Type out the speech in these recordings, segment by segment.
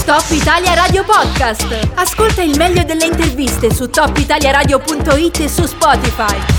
Top Italia Radio Podcast. Ascolta il meglio delle interviste su topitaliaradio.it e su Spotify.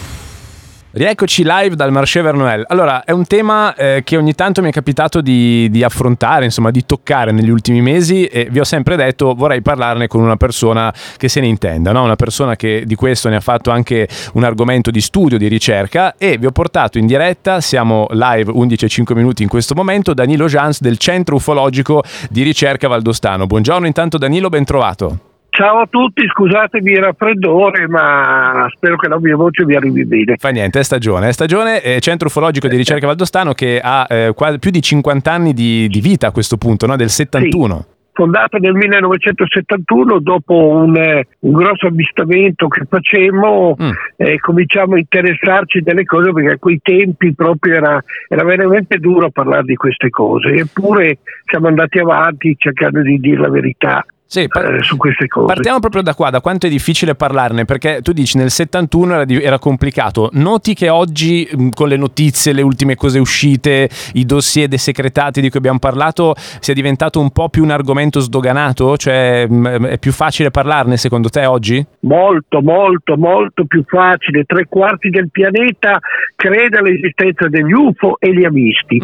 Rieccoci live dal Marché Vernouel. Allora, è un tema che ogni tanto mi è capitato di affrontare, insomma, di toccare negli ultimi mesi, e vi ho sempre detto vorrei parlarne con una persona che se ne intenda, no? Una persona che di questo ne ha fatto anche un argomento di studio, di ricerca, e vi ho portato in diretta, siamo live 11:05 in questo momento, Danilo Jans del Centro Ufologico di Ricerca Valdostano. Buongiorno intanto Danilo, ben trovato. Ciao a tutti, scusatemi il raffreddore, ma spero che la mia voce vi arrivi bene. Fa niente, è stagione. Centro Ufologico di Ricerca Valdostano che ha quasi più di 50 anni di vita a questo punto, no? Del 71. Sì. Fondata nel 1971, dopo un grosso avvistamento che facemmo, cominciamo a interessarci delle cose, perché a quei tempi proprio era veramente duro parlare di queste cose, eppure siamo andati avanti cercando di dire la verità. Sì, su queste cose. Partiamo proprio da qua, da quanto è difficile parlarne, perché tu dici nel 71 era complicato. Noti che oggi con le notizie, le ultime cose uscite, i dossier desecretati di cui abbiamo parlato, sia diventato un po' più un argomento sdoganato? Cioè è più facile parlarne secondo te oggi? Molto, molto, molto più facile. 3/4 del pianeta crede all'esistenza degli UFO e li ha visti.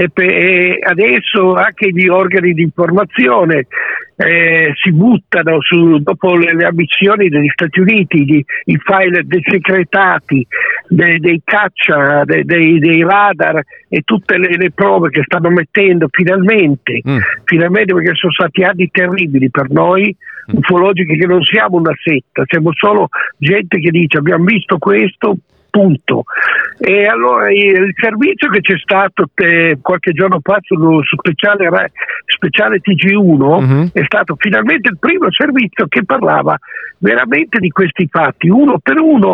E adesso anche gli organi di informazione si buttano dopo le ammissioni degli Stati Uniti, i file desecretati dei caccia, dei radar e tutte le prove che stanno mettendo finalmente, perché sono stati anni terribili per noi ufologici, che non siamo una setta, siamo solo gente che dice abbiamo visto questo, punto. E allora il servizio che c'è stato qualche giorno fa sullo speciale TG1 è stato finalmente il primo servizio che parlava veramente di questi fatti uno per uno,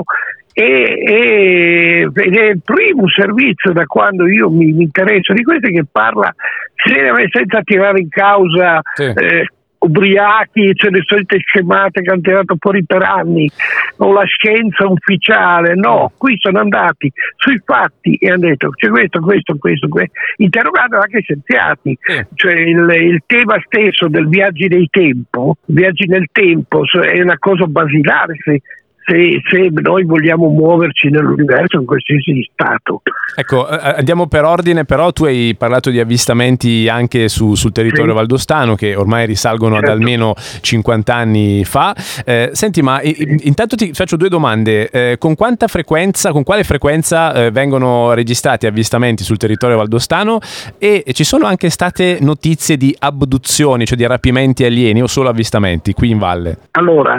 ed è il primo servizio da quando io mi interesso di questo che parla senza tirare in causa ubriachi, cioè le solite scemate che hanno tirato fuori per anni, o la scienza ufficiale. No, qui sono andati sui fatti e hanno detto c'è questo, interrogando anche scienziati. Cioè il tema stesso del viaggi nel tempo è una cosa basilare se noi vogliamo muoverci nell'universo in qualsiasi stato. Ecco, andiamo per ordine, però tu hai parlato di avvistamenti anche sul territorio valdostano che ormai risalgono ad almeno 50 anni fa. Senti, ma intanto ti faccio due domande. Con quale frequenza vengono registrati avvistamenti sul territorio valdostano, e ci sono anche state notizie di abduzioni, cioè di rapimenti alieni, o solo avvistamenti qui in valle? Allora,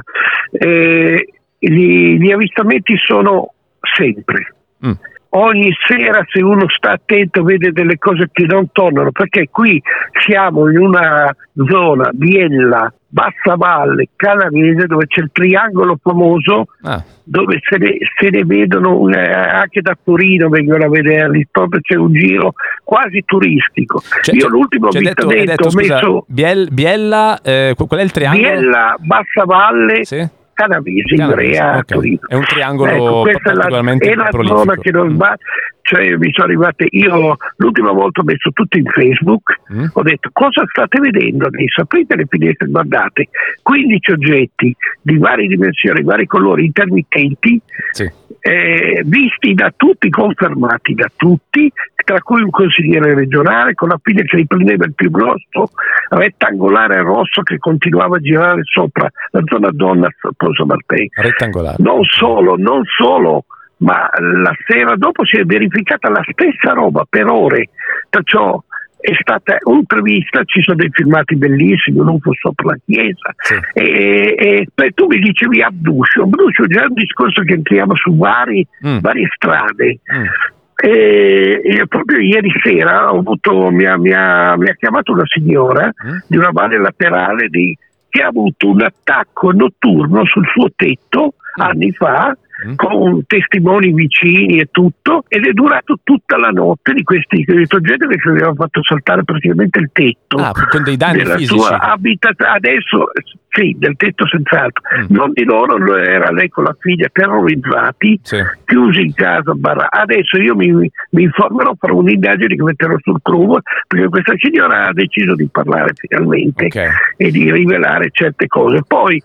gli avvistamenti sono sempre. Ogni sera, se uno sta attento, vede delle cose che non tornano, perché qui siamo in una zona, Biella, Bassa Valle, Canavese, dove c'è il triangolo famoso, dove se ne vedono anche da Torino, vengono a vederli, proprio c'è un giro quasi turistico. Io l'ultimo avvistamento ho messo Biella, qual è il triangolo? Biella, Bassa Valle, sì? Canavese, Ivrea, Torino. È un triangolo particolarmente è la zona che non va. Cioè mi sono arrivate, io l'ultima volta ho messo tutto in Facebook, ho detto cosa state vedendo adesso, aprite le finestre, guardate 15 oggetti di varie dimensioni, vari colori, intermittenti, visti da tutti, confermati da tutti, tra cui un consigliere regionale con la figlia che riprendeva il più grosso rettangolare rosso che continuava a girare sopra la zona donna Poso Martei. Rettangolare. Non solo, ma la sera dopo si è verificata la stessa roba per ore, perciò è stata un'intervista, ci sono dei filmati bellissimi, un UFO sopra la chiesa, e tu mi dicevi abduction è già un discorso che entriamo su varie strade. E proprio ieri sera mi ha chiamato una signora di una valle laterale che ha avuto un attacco notturno sul suo tetto anni fa, con testimoni vicini e tutto, ed è durato tutta la notte di questo gente che ci aveva fatto saltare praticamente il tetto con dei danni della fisici. sua abitazione. Adesso sì, del tetto senz'altro, non di loro, era lei con la figlia terrorizzati, chiusi in casa. Adesso io mi informerò, farò un'indagine che metterò sul club, perché questa signora ha deciso di parlare finalmente e di rivelare certe cose. Poi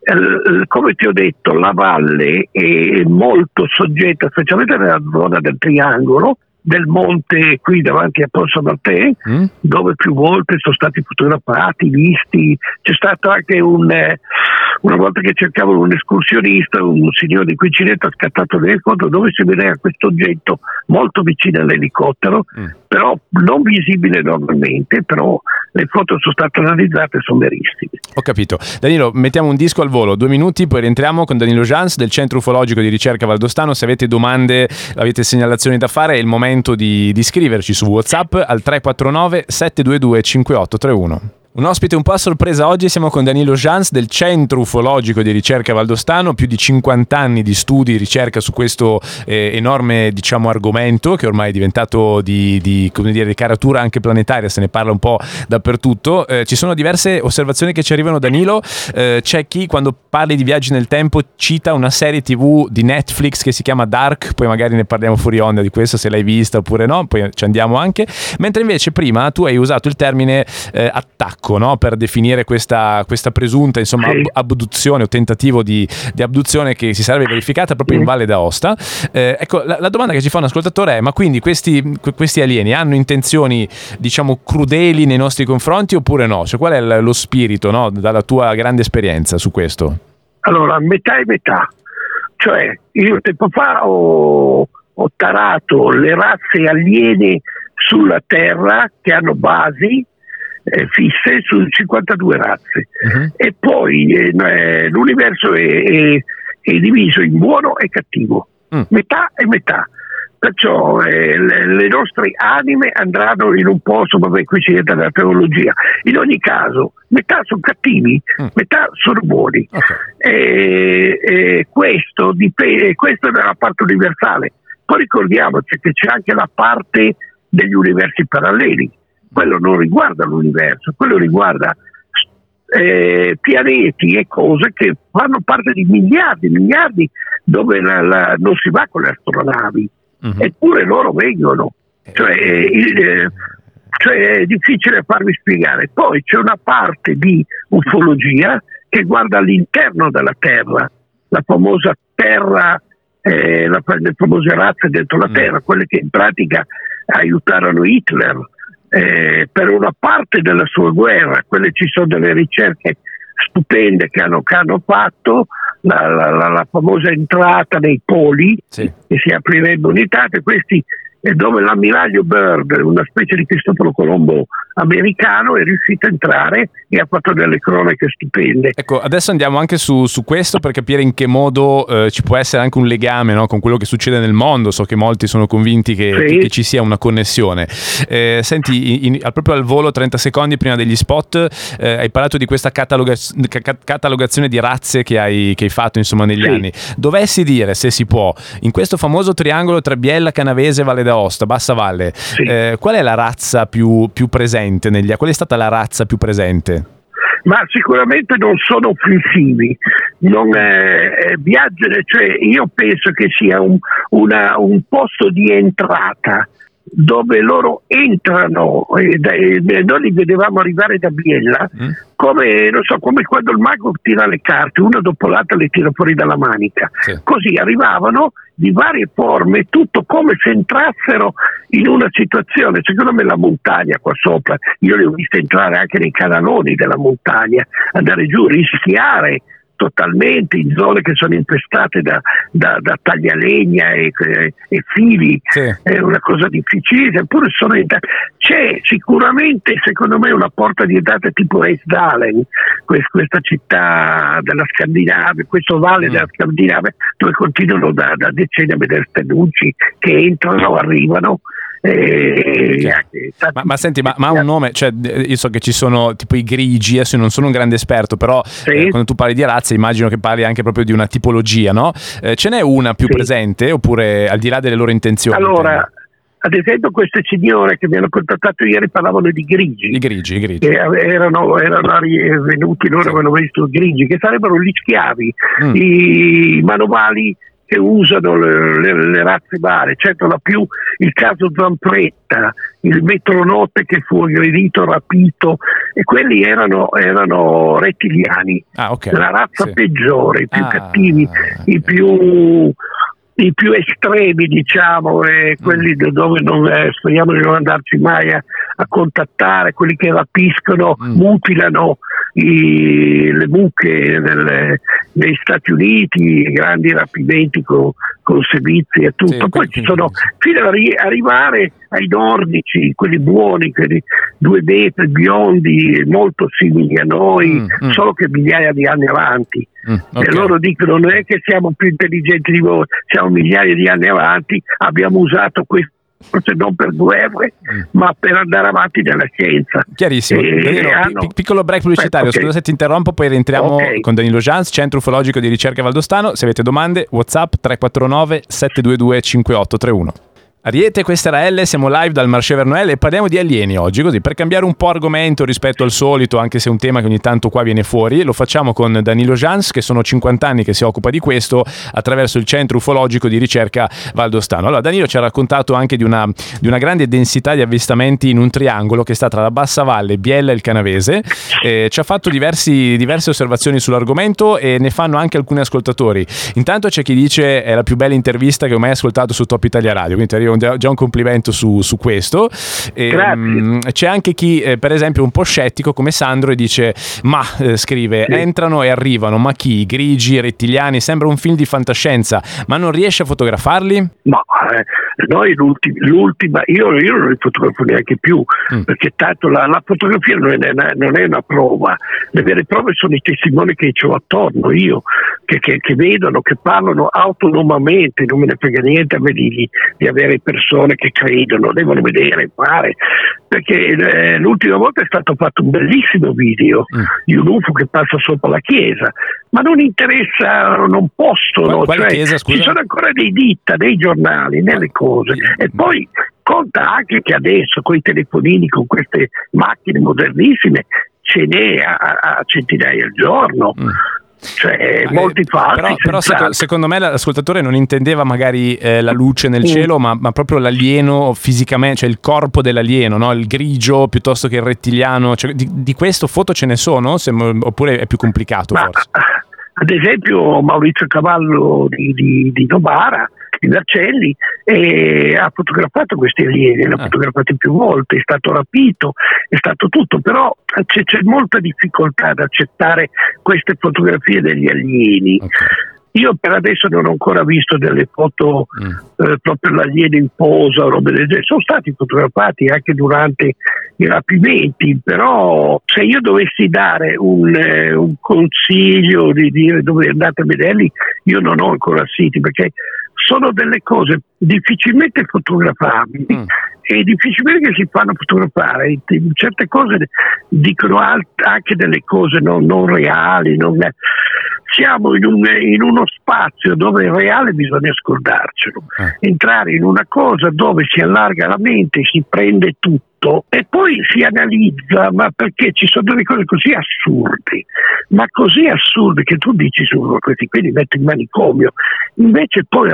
come ti ho detto, la valle è molto soggetta, specialmente nella zona del Triangolo, del monte qui davanti a Ponce Martin, dove più volte sono stati fotografati, visti. C'è stato anche una volta che cercavano un escursionista, un signore di Quincinetto ha scattato l'elicottero dove si vedeva questo oggetto molto vicino all'elicottero, però non visibile normalmente, però le foto sono state analizzate e sono verissime. Ho capito. Danilo, mettiamo un disco al volo, 2 minuti, poi rientriamo con Danilo Jans del Centro Ufologico di Ricerca Valdostano. Se avete domande, avete segnalazioni da fare, è il momento di scriverci su WhatsApp al 349 722 5831. Un ospite un po' a sorpresa oggi, siamo con Danilo Jans del Centro Ufologico di Ricerca Valdostano, più di 50 anni di studi e ricerca su questo enorme, diciamo, argomento che ormai è diventato di caratura anche planetaria, se ne parla un po' dappertutto. Ci sono diverse osservazioni che ci arrivano, Danilo. C'è chi, quando parli di viaggi nel tempo, cita una serie TV di Netflix che si chiama Dark, poi magari ne parliamo fuori onda di questo, se l'hai vista oppure no, poi ci andiamo anche. Mentre invece prima tu hai usato il termine attacco, no? Per definire questa presunta, insomma, abduzione o tentativo di abduzione che si sarebbe verificata proprio in Valle d'Aosta. Ecco, la domanda che ci fa un ascoltatore è: ma quindi questi alieni hanno intenzioni, diciamo, crudeli nei nostri confronti oppure no? Cioè, qual è lo spirito, no? Dalla tua grande esperienza su questo? Allora, metà e metà. Cioè, io tempo fa ho tarato le razze aliene sulla Terra che hanno basi fisse su 52 razze, e poi l'universo è diviso in buono e cattivo, metà e metà, perciò le nostre anime andranno in un posto, vabbè, qui si entra nella teologia. In ogni caso metà sono cattivi, metà sono buoni, questo dipende, questa è la parte universale. Poi ricordiamoci che c'è anche la parte degli universi paralleli. Quello non riguarda l'universo, quello riguarda pianeti e cose che fanno parte di miliardi, dove non si va con le astronavi, eppure loro vengono. Cioè è difficile farvi spiegare. Poi c'è una parte di ufologia che guarda all'interno della Terra, la famosa Terra, le famose razze dentro la Terra, quelle che in pratica aiutarono Hitler per una parte della sua guerra. Quelle, ci sono delle ricerche stupende che hanno fatto, la famosa entrata nei poli, che si aprirebbe unità, e questi dove l'ammiraglio Byrd, una specie di Cristoforo Colombo americano, è riuscito a entrare e ha fatto delle cronache stupende. Ecco, adesso andiamo anche su questo per capire in che modo ci può essere anche un legame, no, con quello che succede nel mondo. So che molti sono convinti che ci sia una connessione. Senti, proprio al volo, 30 secondi prima degli spot, hai parlato di questa catalogazione di razze che hai fatto, insomma, negli anni. Dovessi dire, se si può, in questo famoso triangolo tra Biella, Canavese, Valle d'Aosta, Bassa Valle, qual è la razza più presente qual è stata la razza più presente? Ma sicuramente non sono offensivi, non viaggiano, cioè io penso che sia un posto di entrata dove loro entrano, noi li vedevamo arrivare da Biella, come quando il mago tira le carte, una dopo l'altra le tira fuori dalla manica, così arrivavano di varie forme, tutto come se entrassero in una situazione. Secondo me la montagna qua sopra, io li ho visti entrare anche nei canaloni della montagna, andare giù, rischiare totalmente in zone che sono infestate da taglialegna e fili. È una cosa difficile, eppure c'è sicuramente, secondo me, una porta di entrata tipo Esdalen, questa città della Scandinavia, questo valle della Scandinavia, dove continuano da decenni a vedere queste luci che entrano, arrivano, Ma senti, ma ha un nome, cioè io so che ci sono tipo i grigi, adesso io non sono un grande esperto, però quando tu parli di razze immagino che parli anche proprio di una tipologia, no? Ce n'è una più presente, oppure al di là delle loro intenzioni? Allora, ad esempio queste signore che mi hanno contattato ieri parlavano di grigi. I grigi. Erano venuti, loro avevano visto i grigi, che sarebbero gli schiavi, i manovali che usano le razze varie. Certo, il caso Zampretta, il metronotte che fu aggredito, rapito, e quelli erano rettiliani, la razza peggiore, i più cattivi, i più estremi, diciamo, quelli dove speriamo di non andarci mai a contattare, quelli che rapiscono, mutilano le mucche negli Stati Uniti, grandi rapimenti con servizi e tutto. Poi ci sono, fino ad arrivare ai nordici, quelli buoni, quelli 2 metri, biondi, molto simili a noi, solo che migliaia di anni avanti. E loro dicono: non è che siamo più intelligenti di voi, siamo migliaia di anni avanti, abbiamo usato questo forse non per guerre, ma per andare avanti nella scienza. Chiarissimo. Danilo, piccolo break pubblicitario, scusa se ti interrompo, poi rientriamo con Danilo Jans, Centro Ufologico di Ricerca Valdostano. Se avete domande, WhatsApp 349 722 5831. Ariete, questa era Elle, siamo live dal Marché Vernouel e parliamo di alieni oggi, così per cambiare un po' argomento rispetto al solito, anche se è un tema che ogni tanto qua viene fuori. Lo facciamo con Danilo Jans, che sono 50 anni che si occupa di questo attraverso il Centro Ufologico di Ricerca Valdostano. Allora, Danilo ci ha raccontato anche di una grande densità di avvistamenti in un triangolo che sta tra la Bassa Valle, Biella e il Canavese. Ci ha fatto diverse osservazioni sull'argomento e ne fanno anche alcuni ascoltatori. Intanto c'è chi dice è la più bella intervista che ho mai ascoltato su Top Italia Radio, quindi ti arrivo già un complimento su questo. C'è anche chi per esempio un po' scettico come Sandro e dice scrive entrano e arrivano, ma chi? Grigi, rettiliani, sembra un film di fantascienza, ma non riesce a fotografarli? Ma noi l'ultima io non li fotografo neanche più, perché tanto la fotografia non è una prova. Le vere prove sono i testimoni che ho attorno, io che vedono, che parlano autonomamente. Non me ne frega niente a me di avere persone che credono, devono vedere, fare, perché l'ultima volta è stato fatto un bellissimo video di un UFO che passa sopra la chiesa, ma non interessa, non possono, chiesa, ci sono ancora dei ditta, dei giornali, nelle cose. E poi conta anche che adesso con i telefonini, con queste macchine modernissime, ce n'è a centinaia al giorno. Molti falsi. Però secondo me l'ascoltatore non intendeva magari la luce nel cielo, ma proprio l'alieno fisicamente, cioè il corpo dell'alieno, no? Il grigio piuttosto che il rettiliano. Cioè, di questo foto ce ne sono? Oppure è più complicato forse? Ad esempio Maurizio Cavallo di Novara, di Vercelli, ha fotografato questi alieni, l'ha fotografati più volte, è stato rapito, è stato tutto, però c'è molta difficoltà ad accettare queste fotografie degli alieni. Io per adesso non ho ancora visto delle foto proprio l'alieno in posa o robe del genere. Sono stati fotografati anche durante i rapimenti, però se io dovessi dare un consiglio di dire dove andate a vederli, io non ho ancora siti, perché sono delle cose difficilmente fotografabili e difficilmente che si fanno fotografare. Certe cose dicono anche delle cose non reali. Siamo in uno spazio dove il reale bisogna scordarcelo, entrare in una cosa dove si allarga la mente, si prende tutto e poi si analizza, ma perché ci sono delle cose così assurde, che tu dici sono questi, quindi metti in manicomio. Invece poi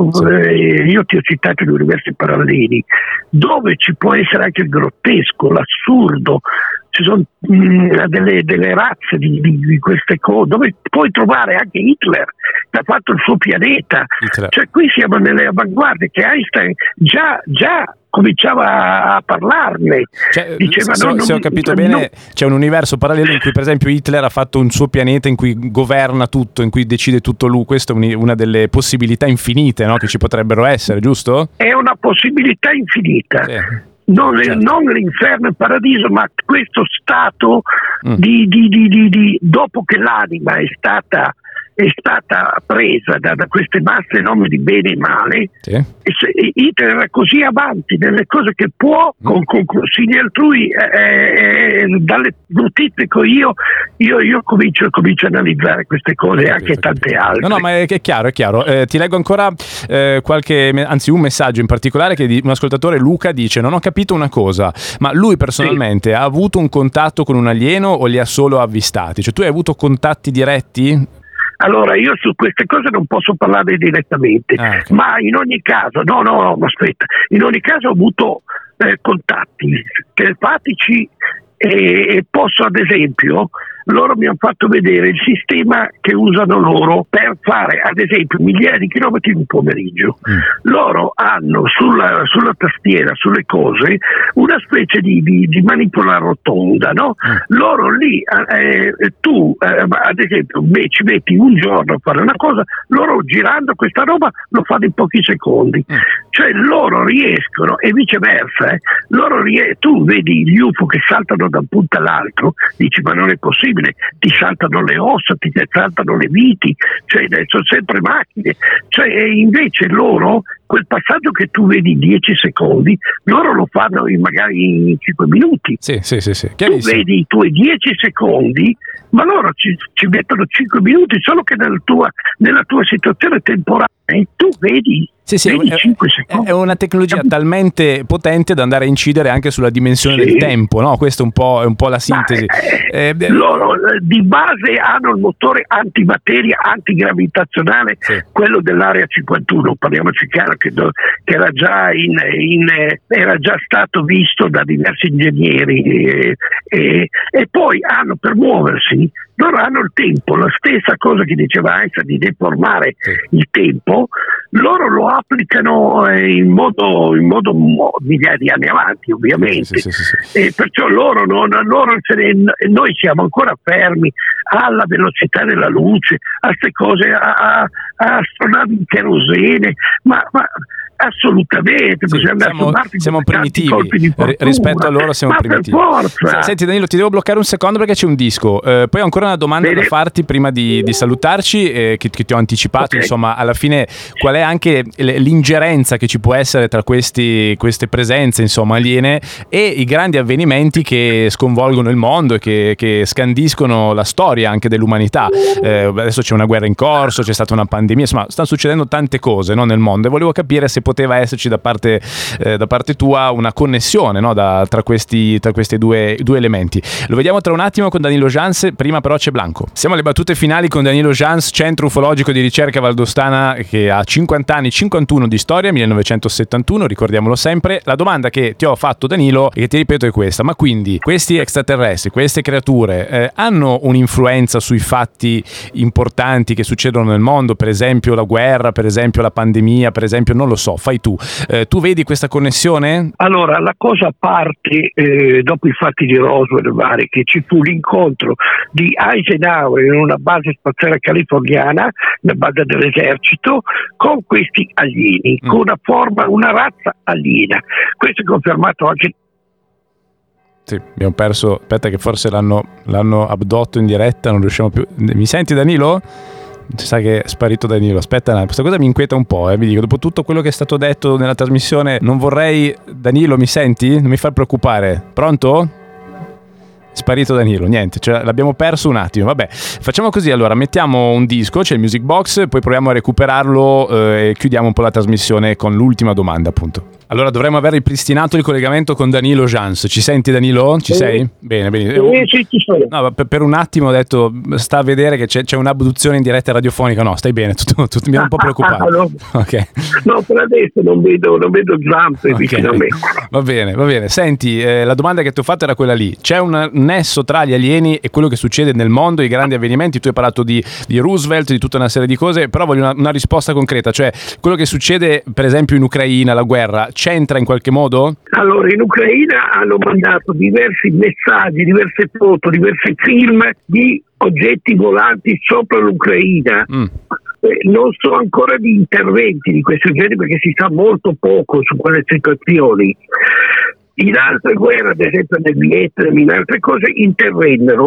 io ti ho citato gli universi paralleli, dove ci può essere anche il grottesco, l'assurdo. Ci sono delle razze di queste cose, dove puoi trovare anche Hitler che ha fatto il suo pianeta. Cioè qui siamo nelle avanguardie, che Einstein già cominciava a parlarne. Diceva, se ho capito bene, c'è un universo parallelo in cui per esempio Hitler ha fatto un suo pianeta in cui governa tutto, in cui decide tutto lui. Questa è una delle possibilità infinite, no? Che ci potrebbero essere, giusto? È una possibilità infinita. Sì. Non l'inferno e il paradiso, ma questo stato di dopo che l'anima è stata è stata presa da queste masse enormi di bene e male, sì. e Hitler era così avanti nelle cose che può, con consigli altrui, dalle notizie che io comincio a analizzare queste cose, anche tante altre. No, ma è chiaro. Ti leggo ancora un messaggio in particolare che un ascoltatore, Luca, dice: non ho capito una cosa, ma lui personalmente ha avuto un contatto con un alieno o li ha solo avvistati? Cioè, tu hai avuto contatti diretti? Allora, io su queste cose non posso parlare direttamente, okay. Ma in ogni caso, aspetta, in ogni caso ho avuto contatti telepatici e posso, ad esempio, loro mi hanno fatto vedere il sistema che usano loro per fare, ad esempio, migliaia di chilometri in un pomeriggio. Loro hanno sulla tastiera, sulle cose, una specie di manipola rotonda, no? Loro lì, tu, ad esempio, ci metti un giorno a fare una cosa, loro girando questa roba lo fanno in pochi secondi. Cioè loro riescono, e viceversa, tu vedi gli UFO che saltano da un punto all'altro, dici ma non è possibile, ti saltano le ossa, ti saltano le viti, cioè sono sempre macchine, cioè invece loro quel passaggio che tu vedi in 10 secondi, loro lo fanno magari in 5 minuti. Sì. Tu vedi i tuoi 10 secondi, ma loro ci mettono 5 minuti, solo che nella tua situazione temporale tu vedi. Sì, 5 secondi. È una tecnologia talmente potente da andare a incidere anche sulla dimensione del tempo, no? Questo è un po' la sintesi. Loro di base hanno il motore antimateria, antigravitazionale, quello dell'area 51, parliamoci chiaro, che era già era già stato visto da diversi ingegneri, e poi hanno, per muoversi, loro hanno il tempo, la stessa cosa che diceva Einstein di deformare il tempo, loro lo applicano in modo migliaia di anni avanti, ovviamente. Sì. E perciò noi siamo ancora fermi alla velocità della luce, a queste cose, a astronavi in kerosene, ma assolutamente, siamo primitivi rispetto a loro, siamo primitivi. Senti Danilo, ti devo bloccare un secondo perché c'è un disco, poi ho ancora una domanda da farti prima di salutarci, che ti ho anticipato, insomma, alla fine qual è anche l'ingerenza che ci può essere tra queste presenze, insomma, aliene e i grandi avvenimenti che sconvolgono il mondo e che scandiscono la storia anche dell'umanità. Adesso c'è una guerra in corso, c'è stata una pandemia, insomma stanno succedendo tante cose, no, nel mondo, e volevo capire se poteva esserci da parte tua una connessione, no, tra questi due elementi. Lo vediamo tra un attimo con Danilo Jans, prima però c'è Blanco. Siamo alle battute finali con Danilo Jans, Centro Ufologico di Ricerca Valdostana, che ha 50 anni, 51 di storia, 1971, ricordiamolo sempre. La domanda che ti ho fatto, Danilo, e che ti ripeto, è questa: ma quindi questi extraterrestri, queste creature hanno un'influenza sui fatti importanti che succedono nel mondo, per esempio la guerra, per esempio la pandemia, per esempio, non lo so, fai tu. Tu vedi questa connessione? Allora, la cosa parte dopo i fatti di Roswell, vari, che ci fu l'incontro di Eisenhower in una base spaziale californiana, una base dell'esercito, con questi alieni, con una razza aliena. Questo è confermato anche. Sì, abbiamo perso. Aspetta, che forse l'hanno abdotto in diretta, non riusciamo più. Mi senti, Danilo? Si sa che è sparito Danilo. Aspetta, questa cosa mi inquieta un po', vi dico, dopo tutto quello che è stato detto nella trasmissione, non vorrei. Danilo, mi senti? Non mi far preoccupare. Pronto? Sparito Danilo, niente, l'abbiamo perso un attimo. Vabbè, facciamo così, allora mettiamo un disco, c'è il Music Box, poi proviamo a recuperarlo e chiudiamo un po' la trasmissione con l'ultima domanda, appunto. Allora dovremmo aver ripristinato il collegamento con Danilo Jans. Ci senti, Danilo? Ci sei? Bene. Sì, ci sono. No, per un attimo ho detto, sta a vedere che c'è un'abduzione in diretta radiofonica. No, stai bene, tutto mi ero un po' preoccupato. No. Okay. No, per adesso non vedo zampe vicino a me. Va bene. Senti, la domanda che ti ho fatto era quella lì. C'è un nesso tra gli alieni e quello che succede nel mondo, i grandi avvenimenti? Tu hai parlato di Roosevelt, di tutta una serie di cose, però voglio una risposta concreta. Cioè, quello che succede, per esempio, in Ucraina, la guerra, c'entra in qualche modo? Allora, in Ucraina hanno mandato diversi messaggi, diverse foto, diversi film di oggetti volanti sopra l'Ucraina. Non so ancora di interventi di questo genere perché si sa molto poco su quelle situazioni, in altre guerre, ad esempio nel Vietnam, in altre cose intervennero,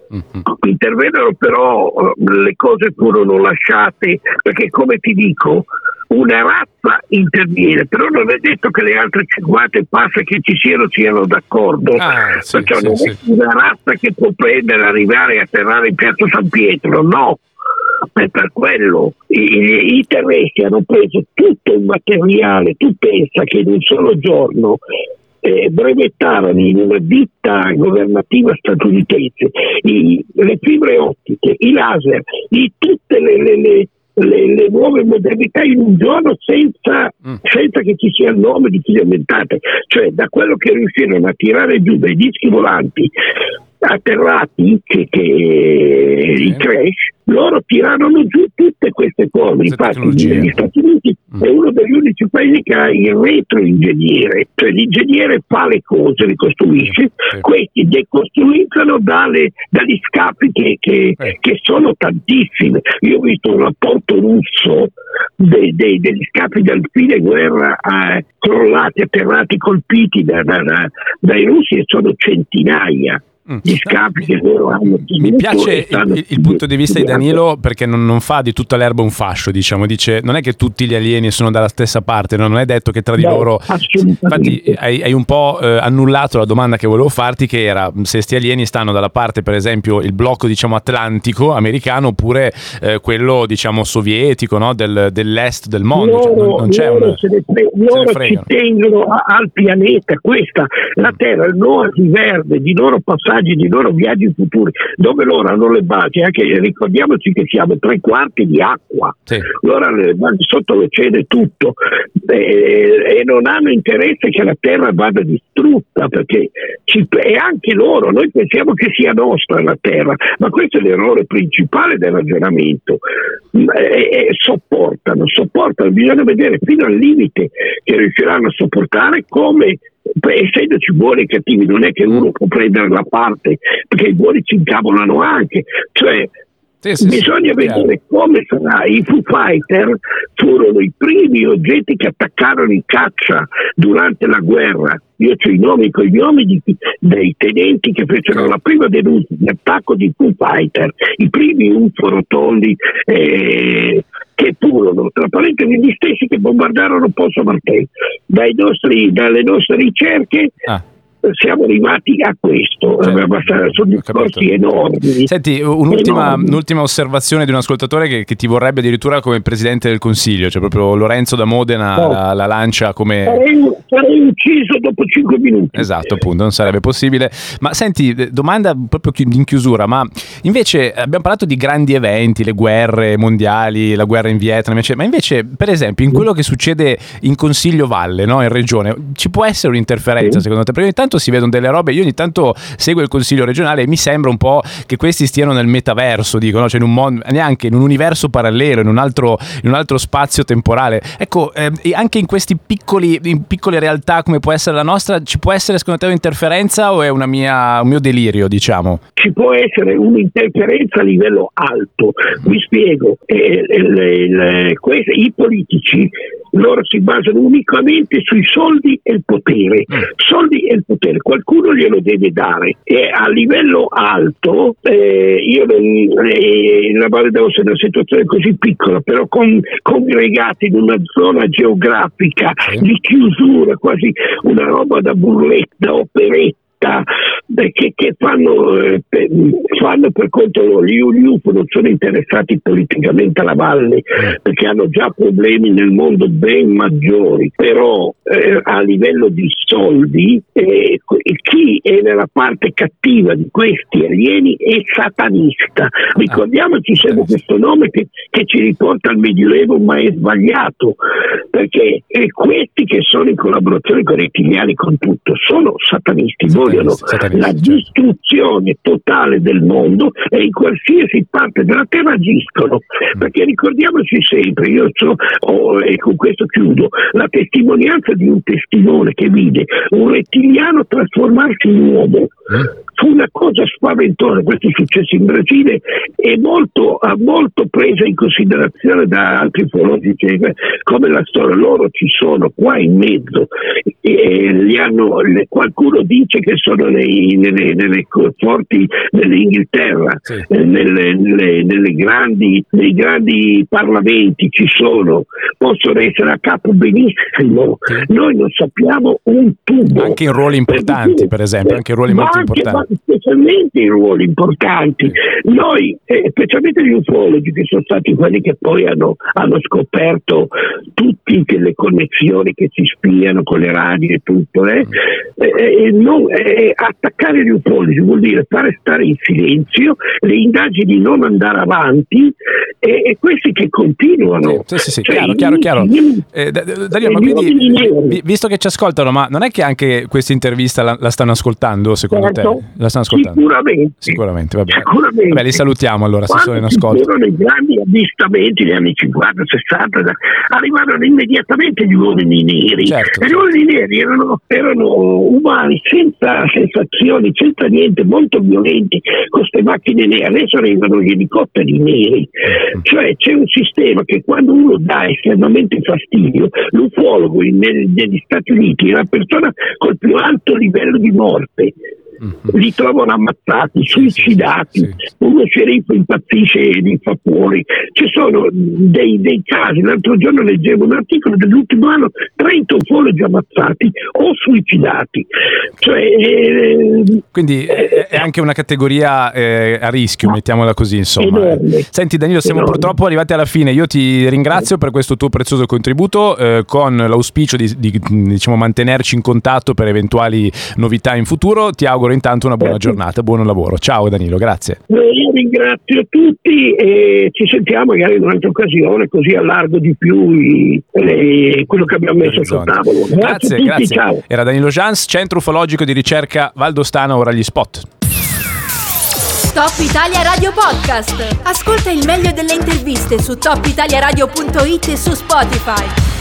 però le cose furono lasciate, perché come ti dico, una razza interviene, però non è detto che le altre 50 passe che ci siano d'accordo, perché non è una razza che può prendere, arrivare e atterrare in Piazza San Pietro, no. Per quello i tedeschi hanno preso tutto il materiale, tu pensa che in un solo giorno brevettarono in una ditta governativa statunitense le fibre ottiche, i laser, tutte le nuove modernità in un giorno senza che ci sia il nome di chi le ha inventate, cioè da quello che riuscirono a tirare giù dai dischi volanti atterrati i crash, loro tirarono giù tutte queste cose. Infatti gli Stati Uniti è uno degli unici paesi che ha il retroingegnere, cioè l'ingegnere fa le cose, le costruisce, questi decostruiscono dagli scafi che sono tantissimi. Io ho visto un rapporto russo degli scafi del fine guerra crollati, atterrati, colpiti dai russi, e sono centinaia. Gli scafi che loro hanno. Mi piace il punto di vista di Danilo, perché non fa di tutta l'erba un fascio, diciamo. Dice non è che tutti gli alieni sono dalla stessa parte, no? Non è detto che tra di loro. Infatti hai un po' annullato la domanda che volevo farti, che era se sti alieni stanno dalla parte, per esempio, il blocco, diciamo, atlantico americano, oppure quello, diciamo, sovietico, no? dell'est del mondo. Loro ci tengono al pianeta. Questa la Terra, l'oasi verde di loro passaggi, di loro viaggi futuri, dove loro hanno le basi, anche ricordiamoci che siamo 3/4 di acqua, loro hanno le basi sotto l'oceano e tutto, e non hanno interesse che la Terra vada distrutta, perché e anche loro, noi pensiamo che sia nostra la Terra, ma questo è l'errore principale del ragionamento. Sopportano, bisogna vedere fino al limite che riusciranno a sopportare, come essendoci buoni e cattivi, non è che uno può prendere la parte, perché i buoni ci incavolano anche, cioè bisogna vedere come sarà. I Foo Fighter furono i primi oggetti che attaccarono in caccia durante la guerra. Io ho i nomi con gli nomi dei tenenti che fecero la prima denuncia di attacco di Foo Fighter, i primi UFO rotondi che furono, tra parentesi, gli stessi che bombardarono Pozo Martello. Dalle nostre ricerche siamo arrivati a questo, sono discorsi enormi. Senti, un'ultima osservazione di un ascoltatore che ti vorrebbe addirittura come presidente del Consiglio, cioè proprio Lorenzo da Modena la lancia come... Sarei ucciso dopo 5 minuti. Esatto, appunto, non sarebbe possibile. Ma senti, domanda proprio in chiusura, ma invece abbiamo parlato di grandi eventi, le guerre mondiali, la guerra in Vietnam, ma invece, per esempio, in quello che succede in Consiglio Valle, no, in regione, ci può essere un'interferenza secondo te? Perché ogni tanto si vedono delle robe, io ogni tanto seguo il Consiglio regionale e mi sembra un po' che questi stiano nel metaverso, dicono, cioè in un mondo, neanche in un universo parallelo, in un altro spazio temporale. Ecco, anche in questi piccole realtà come può essere la nostra, ci può essere secondo te un'interferenza, o è un mio delirio, diciamo? Ci può essere un'interferenza a livello alto. Vi spiego, i politici, loro si basano unicamente sui soldi e il potere. Soldi e il potere, qualcuno glielo deve dare, e a livello alto la Valle d'Aosta è una situazione così piccola, però congregati in una zona geografica di chiusura, quasi una roba da burletta, da operetta, che fanno per conto loro. Gli UFO non sono interessati politicamente alla valle, perché hanno già problemi nel mondo ben maggiori, però a livello di soldi chi è nella parte cattiva di questi alieni è satanista. Ricordiamoci sempre questo nome che ci riporta al Medioevo, ma è sbagliato, perché questi che sono in collaborazione con i rettiliani, con tutto, sono satanisti. vogliono la distruzione totale del mondo e in qualsiasi parte della terra agiscono, perché ricordiamoci sempre, e con questo chiudo, la testimonianza di un testimone che vide un rettiliano trasformarsi in uomo. Fu una cosa spaventosa, questo è successo in Brasile e molto presa in considerazione da altri ufologi, come la storia, loro ci sono qua in mezzo, qualcuno dice che sono nelle forti dell'Inghilterra, sì. nei grandi parlamenti ci sono, possono essere a capo benissimo, sì. Noi non sappiamo un tubo. Anche in ruoli importanti, per esempio, anche in ruoli molto importanti. Specialmente in ruoli importanti. Noi, specialmente gli ufologi, che sono stati quelli che poi hanno scoperto tutte le connessioni che si spiano con le radio e tutto, attaccare gli ufologi vuol dire fare stare in silenzio, le indagini non andare avanti e questi che continuano. Sì, chiaro. Danilo, ma quindi, visto che ci ascoltano, ma non è che anche questa intervista la stanno ascoltando, secondo te? La stanno ascoltando? Sicuramente, va bene. Vabbè, li salutiamo allora, se sono in ascolto. Quando i grandi avvistamenti negli anni 50, 60, arrivarono immediatamente gli uomini neri. Certo. E gli uomini neri erano umani, senza sensazioni, senza niente, molto violenti, con queste macchine nere. Adesso arrivano gli elicotteri neri. Cioè c'è un sistema che quando uno dà estremamente fastidio, l'ufologo negli Stati Uniti è la persona col più alto livello di morte. Li trovano ammazzati, suicidati, uno sceriffo impazzisce e li fa fuori. Ci sono dei casi, l'altro giorno leggevo un articolo dell'ultimo anno, 30 ufologi ammazzati o suicidati. Quindi è anche una categoria a rischio, mettiamola così, insomma. Enorme. Senti Danilo, siamo purtroppo arrivati alla fine. Io ti ringrazio per questo tuo prezioso contributo, con l'auspicio di diciamo mantenerci in contatto per eventuali novità in futuro. Ti auguro intanto una buona giornata, buon lavoro. Ciao Danilo, grazie. Io ringrazio tutti e ci sentiamo magari in un'altra occasione, così allargo di più quello che abbiamo messo sul tavolo. Grazie. Ciao. Era Danilo Jans, Centro Ufologico di Ricerca Valdostana. Ora gli spot. Top Italia Radio Podcast. Ascolta il meglio delle interviste su topitaliaradio.it e su Spotify.